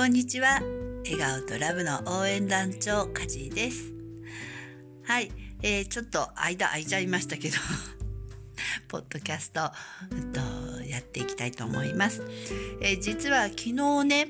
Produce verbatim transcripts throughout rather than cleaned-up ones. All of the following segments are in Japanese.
こんにちは。笑顔とラブの応援団長かじいです。はい、えー、ちょっと間空いちゃいましたけどポッドキャスト、うんと、やっていきたいと思います。えー、実は昨日ね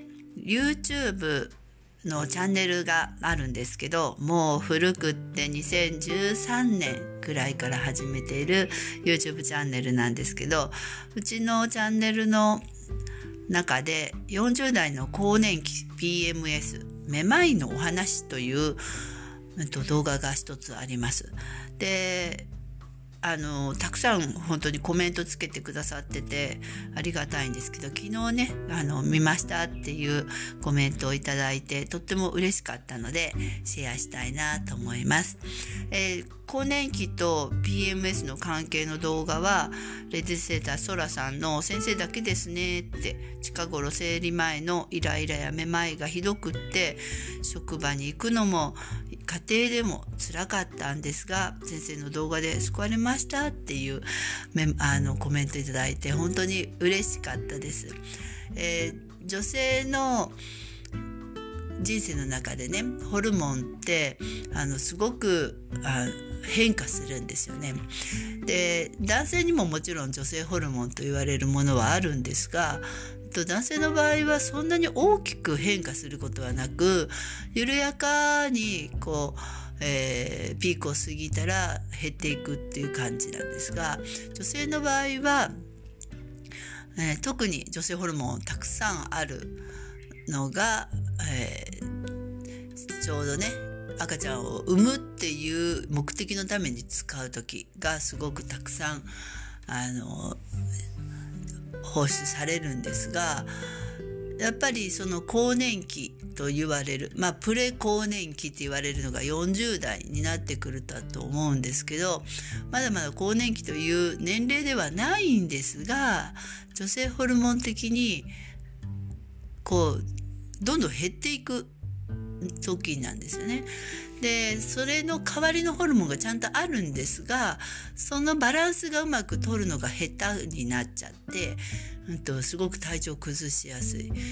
YouTube のチャンネルがあるんですけど、もう古くってにせんじゅうさんねんくらいから始めている YouTube チャンネルなんですけど、うちのチャンネルの中でよんじゅう代の更年期 ピーエムエス めまいのお話という、うん、と動画が一つあります。であのたくさん本当にコメントつけてくださっててありがたいんですけど、昨日ねあの見ましたっていうコメントをいただいてとっても嬉しかったのでシェアしたいなと思います。えー、更年期と ピーエムエス の関係の動画はレディセーターソラさんの先生だけですねって、近頃生理前のイライラやめまいがひどくって職場に行くのも家庭でも辛かったんですが、先生の動画で救われましたっていうあのコメントいただいて本当に嬉しかったです。えー、女性の人生の中でねホルモンってあのすごくあ変化するんですよね。で男性にももちろん女性ホルモンと言われるものはあるんですが、男性の場合はそんなに大きく変化することはなく、緩やかにこう、えー、ピークを過ぎたら減っていくっていう感じなんですが、女性の場合は、えー、特に女性ホルモンたくさんあるのが、えー、ちょうどね赤ちゃんを産むっていう目的のために使う時がすごくたくさんあの放出されるんですが、やっぱりその更年期と言われる、まあプレ更年期って言われるのがよんじゅう代になってくると思うんですけど、まだまだ更年期という年齢ではないんですが、女性ホルモン的にこうどんどん減っていく時なんですよね。でそれの代わりのホルモンがちゃんとあるんですが、そのバランスがうまく取るのが下手になっちゃって、うん、とすごく体調崩しやすい、うん、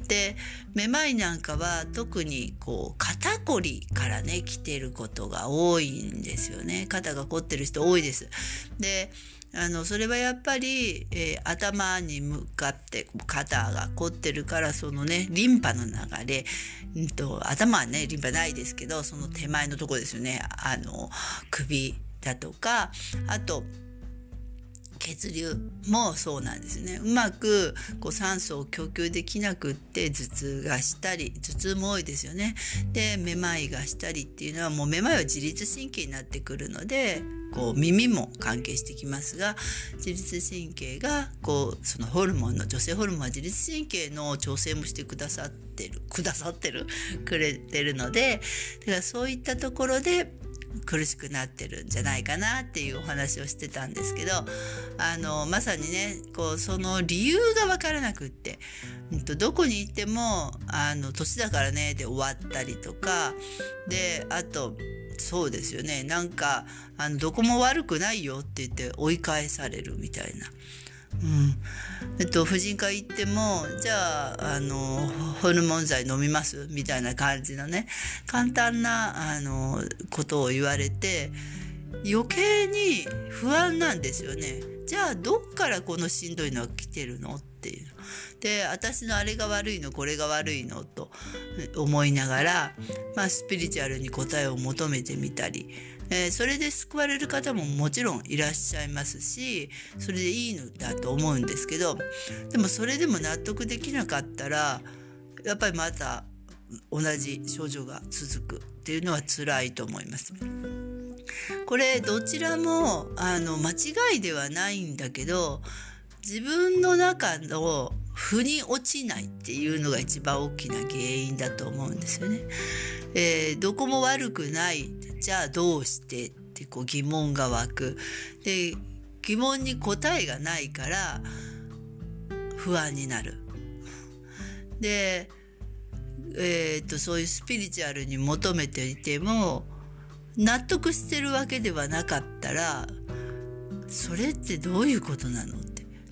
でめまいなんかは特にこう肩こりからね来てることが多いんですよね。肩が凝ってる人多いです。であのそれはやっぱり、えー、頭に向かって肩が凝ってるから、そのねリンパの流れ、うんと、頭はねリンパないですけどその手前のとこですよね、あの首だとか、あと血流もそうなんですね。うまくこう酸素を供給できなくって頭痛がしたり、頭痛も多いですよね。でめまいがしたりっていうのはもうめまいは自律神経になってくるので、こう耳も関係してきますが、自律神経がこうそのホルモンの女性ホルモンは自律神経の調整もしてくださってるくださってるくれてるので、だからそういったところで苦しくなってるんじゃないかなっていうお話をしてたんですけど、あのまさにねこうその理由が分からなくって、うん、とどこに行ってもあの年だからねで終わったりとかで、あとそうですよね、なんかあのどこも悪くないよって言って追い返されるみたいな。うんえっと、婦人科行ってもじゃあ、あのホルモン剤飲みますみたいな感じのね簡単なあのことを言われて余計に不安なんですよね。じゃあどっからこのしんどいのが来てるのっていうで、私のあれが悪いのこれが悪いのと思いながら、まあ、スピリチュアルに答えを求めてみたり、えー、それで救われる方ももちろんいらっしゃいますし、それでいいのだと思うんですけど、でもそれでも納得できなかったらやっぱりまた同じ症状が続くっていうのは辛いと思います。これどちらもあの間違いではないんだけど、自分の中の腑に落ちないっていうのが一番大きな原因だと思うんですよね。えー、どこも悪くない、じゃあどうしてってこう疑問が湧く。で疑問に答えがないから不安になる。で、えー、とそういうスピリチュアルに求めていても納得してるわけではなかったら、それってどういうことなのってね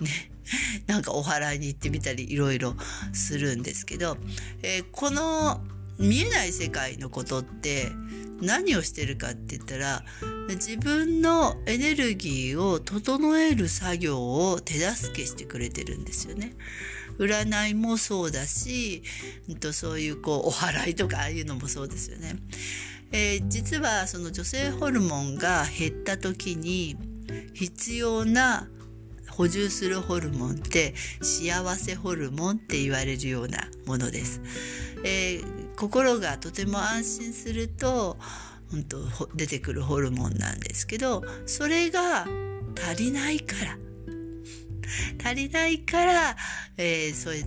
なんかお祓いに行ってみたりいろいろするんですけど、えー、この見えない世界のことって何をしてるかって言ったら、自分のエネルギーを整える作業を手助けしてくれてるんですよね。占いもそうだし、そういうこうお祓いとかああいうのもそうですよね。えー、実はその女性ホルモンが減った時に必要な補充するホルモンって幸せホルモンって言われるようなものです。えー、心がとても安心すると本当出てくるホルモンなんですけど、それが足りないから足りないから、えー、そうやって、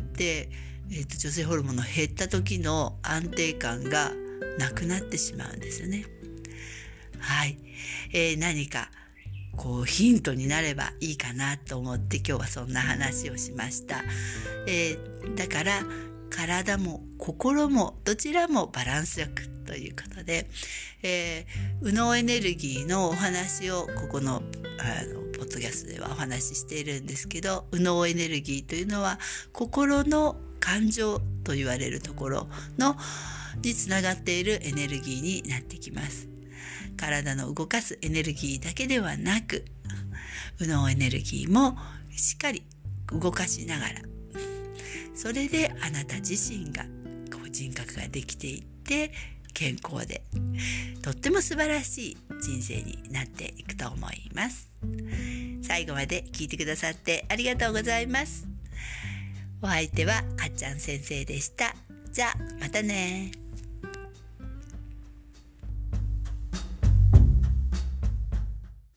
えーと、女性ホルモンの減った時の安定感がなくなってしまうんですよね。はい、えー、何かこうヒントになればいいかなと思って今日はそんな話をしました。えー、だから体も心もどちらもバランスよくということで、えー、右脳エネルギーのお話をここの、あのポッドキャストではお話ししているんですけど、右脳エネルギーというのは心の感情と言われるところのにつながっているエネルギーになってきます。体の動かすエネルギーだけではなく、右脳エネルギーもしっかり動かしながら、それであなた自身がこう人格ができていって健康でとっても素晴らしい人生になっていくと思います。最後まで聞いてくださってありがとうございます。お相手はかっちゃん先生でした。じゃあまたね。